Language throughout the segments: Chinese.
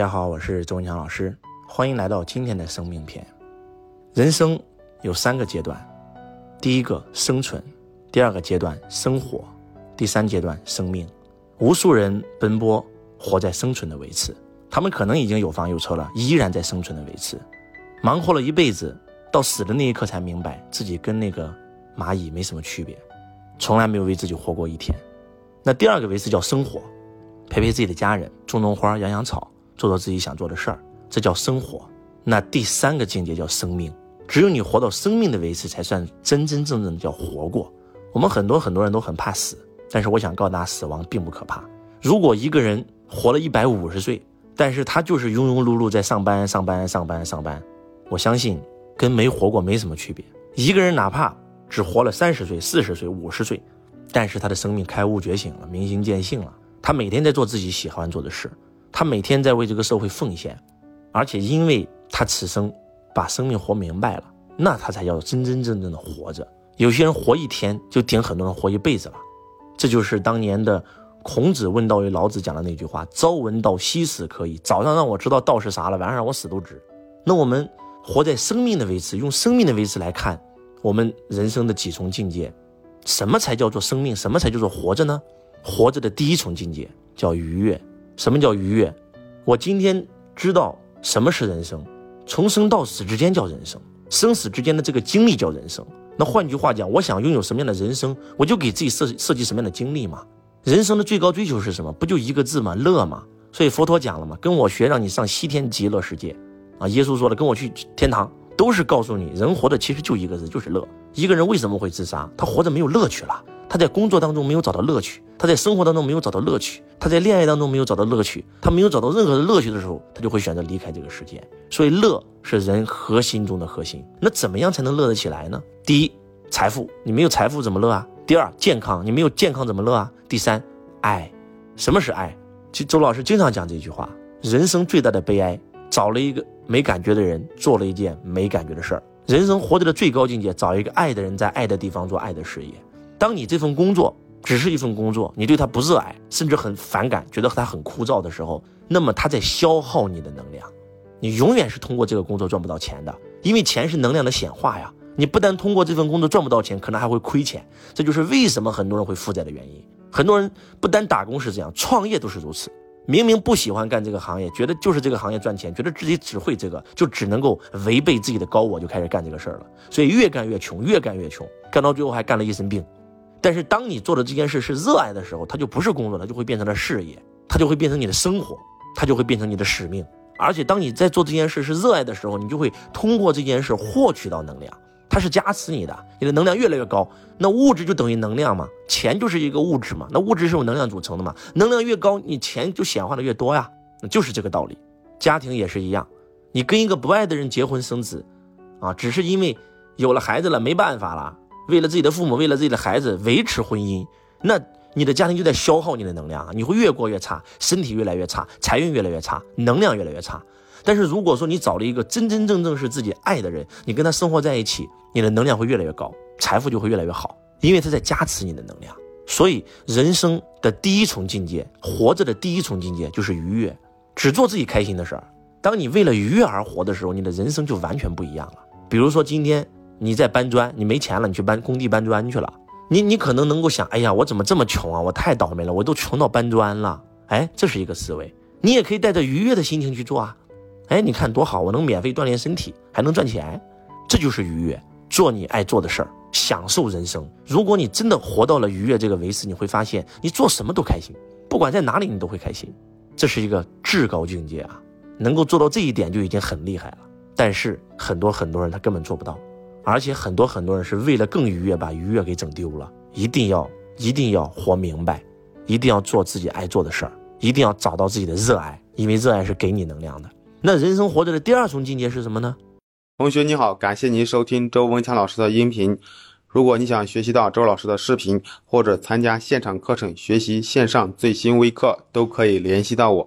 大家好，我是周文强老师，欢迎来到今天的生命篇。人生有3个阶段，第一个生存，第2个阶段生活，第3阶段生命。无数人奔波活在生存的维持，他们可能已经有房有车了，依然在生存的维持，忙活了一辈子，到死的那一刻才明白自己跟那个蚂蚁没什么区别，从来没有为自己活过一天。那第2个维持叫生活，陪陪自己的家人，种种花，养养草，做做自己想做的事儿，这叫生活。那第3个境界叫生命，只有你活到生命的维持，才算真真正正的叫活过。我们很多人都很怕死，但是我想告诉大家，死亡并不可怕。如果一个人活了150岁，但是他就是庸庸碌碌在上班，我相信跟没活过没什么区别。一个人哪怕只活了30岁、40岁、50岁，但是他的生命开悟觉醒了，明心见性了，他每天在做自己喜欢做的事，他每天在为这个社会奉献，而且因为他此生把生命活明白了，那他才叫真真正正的活着。有些人活一天就顶很多人活一辈子了，这就是当年的孔子问道于老子讲的那句话，朝闻道，夕死可矣。早上让我知道道是啥了，晚上让我死都值。那我们活在生命的维持，用生命的维持来看我们人生的几重境界。什么才叫做生命？什么才叫做活着呢？活着的第1重境界叫愉悦。什么叫愉悦？我今天知道什么是人生，从生到死之间叫人生，生死之间的这个经历叫人生。那换句话讲，我想拥有什么样的人生，我就给自己设计什么样的经历嘛。人生的最高追求是什么？不就一个字吗？乐嘛。所以佛陀讲了嘛，跟我学，让你上西天极乐世界啊。耶稣说了，跟我去天堂，都是告诉你，人活的其实就一个字，就是乐。一个人为什么会自杀？他活着没有乐趣了，他在工作当中没有找到乐趣，他在生活当中没有找到乐趣，他在恋爱当中没有找到乐趣，他没有找到任何的乐趣的时候，他就会选择离开这个世界。所以乐是人核心中的核心。那怎么样才能乐得起来呢？第1，财富，你没有财富怎么乐啊？第2，健康，你没有健康怎么乐啊？第3，爱。什么是爱？其实周老师经常讲这句话，人生最大的悲哀，找了一个没感觉的人，做了一件没感觉的事儿。人生活着的最高境界，找一个爱的人，在爱的地方做爱的事业。当你这份工作只是一份工作，你对它不热爱，甚至很反感，觉得它很枯燥的时候，那么它在消耗你的能量。你永远是通过这个工作赚不到钱的，因为钱是能量的显化呀。你不但通过这份工作赚不到钱，可能还会亏钱。这就是为什么很多人会负债的原因。很多人不单打工是这样，创业都是如此。明明不喜欢干这个行业，觉得就是这个行业赚钱，觉得自己只会这个，就只能够违背自己的高我，就开始干这个事儿了。所以越干越穷，越干越穷，干到最后还干了一身病。但是当你做的这件事是热爱的时候，它就不是工作，它就会变成了事业，它就会变成你的生活，它就会变成你的使命。而且当你在做这件事是热爱的时候，你就会通过这件事获取到能量，它是加持你的，你的能量越来越高。那物质就等于能量嘛，钱就是一个物质嘛，那物质是由能量组成的嘛，能量越高，你钱就显化的越多呀，那就是这个道理。家庭也是一样，你跟一个不爱的人结婚生子啊，只是因为有了孩子了，没办法了，为了自己的父母，为了自己的孩子维持婚姻，那你的家庭就在消耗你的能量啊，你会越过越差，身体越来越差，财运越来越差，能量越来越差。但是如果说你找了一个真真正正是自己爱的人，你跟他生活在一起，你的能量会越来越高，财富就会越来越好，因为他在加持你的能量。所以人生的第1重境界，活着的第1重境界就是愉悦，只做自己开心的事儿。当你为了愉悦而活的时候，你的人生就完全不一样了。比如说今天你在搬砖，你没钱了，你去工地搬砖去了，你可能能够想，哎呀，我怎么这么穷啊，我太倒霉了，我都穷到搬砖了。哎，这是一个思维。你也可以带着愉悦的心情去做啊。哎，你看多好，我能免费锻炼身体，还能赚钱，这就是愉悦。做你爱做的事儿，享受人生。如果你真的活到了愉悦这个维持，你会发现你做什么都开心，不管在哪里你都会开心。这是一个至高境界啊，能够做到这一点就已经很厉害了。但是很多人他根本做不到，而且很多人是为了更愉悦，把愉悦给整丢了。一定要活明白，一定要做自己爱做的事儿，一定要找到自己的热爱，因为热爱是给你能量的。那人生活着的第2重境界是什么呢？ 同学你好，感谢您收听周文强老师的音频。如果你想学习到周老师的视频，或者参加现场课程学习线上最新微课，都可以联系到我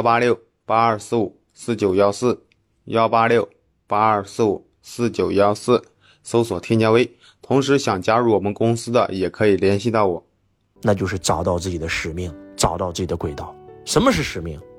18682454914 18682454914，搜索添加微。同时想加入我们公司的也可以联系到我。 那就是找到自己的使命，找到自己的轨道。什么是使命？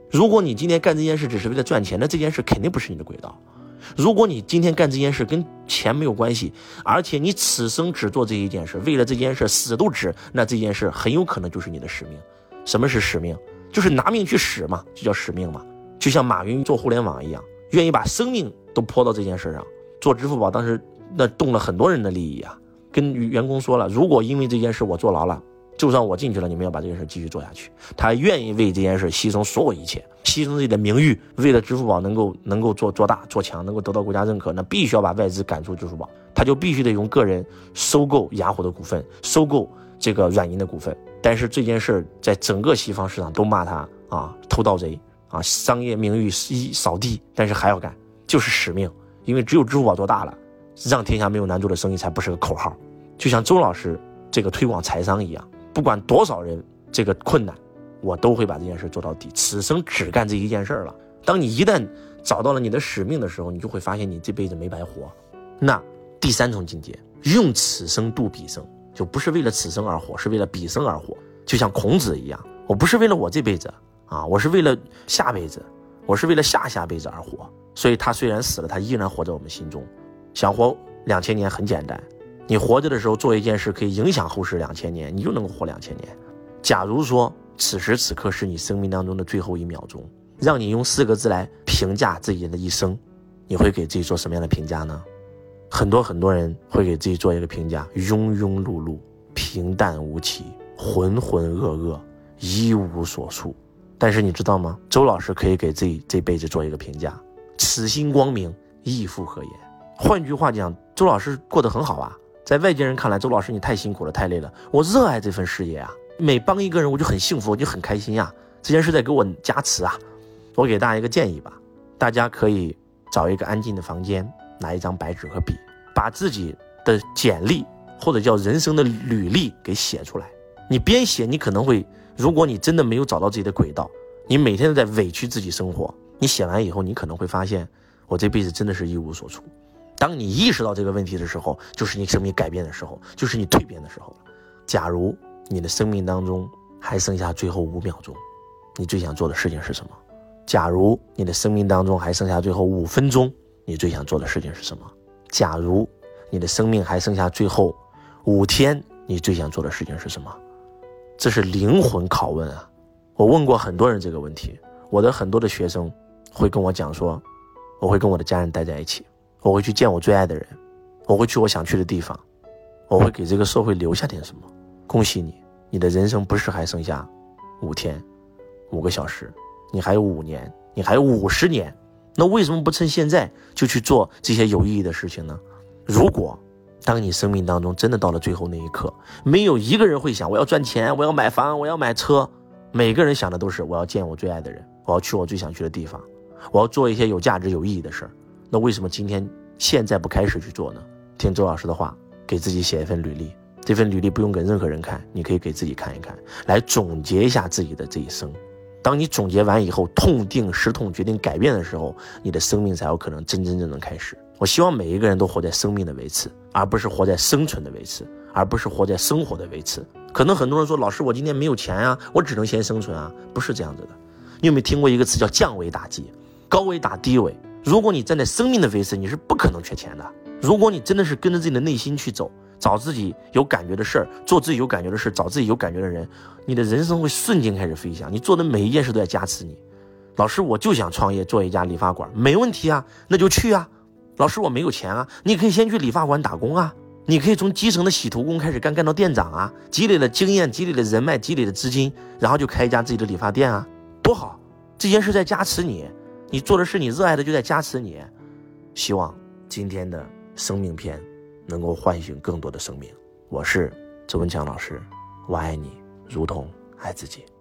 如果你今天干这件事只是为了赚钱，那这件事肯定不是你的轨道。如果你今天干这件事跟钱没有关系，而且你此生只做这一件事，为了这件事死都值，那这件事很有可能就是你的使命。什么是使命？就是拿命去使嘛，就叫使命嘛。就像马云做互联网一样，愿意把生命都泼到这件事上。做支付宝当时那动了很多人的利益啊，跟员工说了，如果因为这件事我坐牢了，就算我进去了，你们要把这件事继续做下去。他愿意为这件事牺牲所有一切，牺牲自己的名誉，为了支付宝能够做大做强，能够得到国家认可，那必须要把外资赶出支付宝，他就必须得用个人收购雅虎的股份，收购这个软银的股份。但是这件事在整个西方市场都骂他啊，偷盗贼啊，商业名誉扫地，但是还要干，就是使命。因为只有支付宝做大了，让天下没有难做的生意才不是个口号。就像周老师这个推广财商一样，不管多少人这个困难，我都会把这件事做到底，此生只干这一件事了。当你一旦找到了你的使命的时候，你就会发现你这辈子没白活。那第三重境界，用此生度彼生，就不是为了此生而活，是为了彼生而活。就像孔子一样，我不是为了我这辈子啊，我是为了下辈子，我是为了下下辈子而活。所以他虽然死了，他依然活在我们心中。想活2000年很简单，你活着的时候做一件事可以影响后世2000年，你就能够活2000年。假如说此时此刻是你生命当中的最后1秒钟，让你用4个字来评价自己的一生，你会给自己做什么样的评价呢？很多人会给自己做一个评价：庸庸碌碌，平淡无奇，浑浑噩噩，一无所处。但是你知道吗？周老师可以给自己这辈子做一个评价：此心光明，亦复何言。换句话讲，周老师过得很好啊。在外界人看来，周老师你太辛苦了，太累了，我热爱这份事业啊，每帮一个人我就很幸福，我就很开心啊，这件事在给我加持啊。我给大家一个建议吧，大家可以找一个安静的房间，拿一张白纸和笔，把自己的简历或者叫人生的履历给写出来。你边写，你可能会，如果你真的没有找到自己的轨道，你每天都在委屈自己生活，你写完以后，你可能会发现，我这辈子真的是一无所处。当你意识到这个问题的时候，就是你生命改变的时候，就是你蜕变的时候了。假如你的生命当中还剩下最后5秒钟，你最想做的事情是什么？假如你的生命当中还剩下最后5分钟，你最想做的事情是什么？假如你的生命还剩下最后5天，你最想做的事情是什么？这是灵魂拷问啊！我问过很多人这个问题，我的很多的学生会跟我讲说，我会跟我的家人待在一起，我会去见我最爱的人，我会去我想去的地方，我会给这个社会留下点什么。恭喜你，你的人生不是还剩下5天5个小时，你还有5年，你还有50年，那为什么不趁现在就去做这些有意义的事情呢？如果当你生命当中真的到了最后那一刻，没有一个人会想我要赚钱，我要买房，我要买车，每个人想的都是我要见我最爱的人，我要去我最想去的地方，我要做一些有价值有意义的事儿。那为什么今天现在不开始去做呢？听周老师的话，给自己写一份履历，这份履历不用给任何人看，你可以给自己看一看，来总结一下自己的这一生。当你总结完以后，痛定思痛，决定改变的时候，你的生命才有可能真正开始。我希望每一个人都活在生命的维持，而不是活在生存的维持，而不是活在生活的维持。可能很多人说，老师我今天没有钱啊，我只能先生存啊，不是这样子的。你有没有听过一个词叫降维打击，高维打低维？如果你站在生命的维持，你是不可能缺钱的。如果你真的是跟着自己的内心去走，找自己有感觉的事儿，做自己有感觉的事，找自己有感觉的人，你的人生会瞬间开始飞翔，你做的每一件事都在加持你。老师我就想创业做一家理发馆，没问题啊，那就去啊。老师我没有钱啊，你可以先去理发馆打工啊，你可以从基层的洗头工开始干到店长啊，积累了经验，积累了人脉，积累了资金，然后就开一家自己的理发店啊，多好。这件事在加持你，你做的是你热爱的，就在加持你。希望今天的生命篇能够唤醒更多的生命。我是周文强老师，我爱你如同爱自己。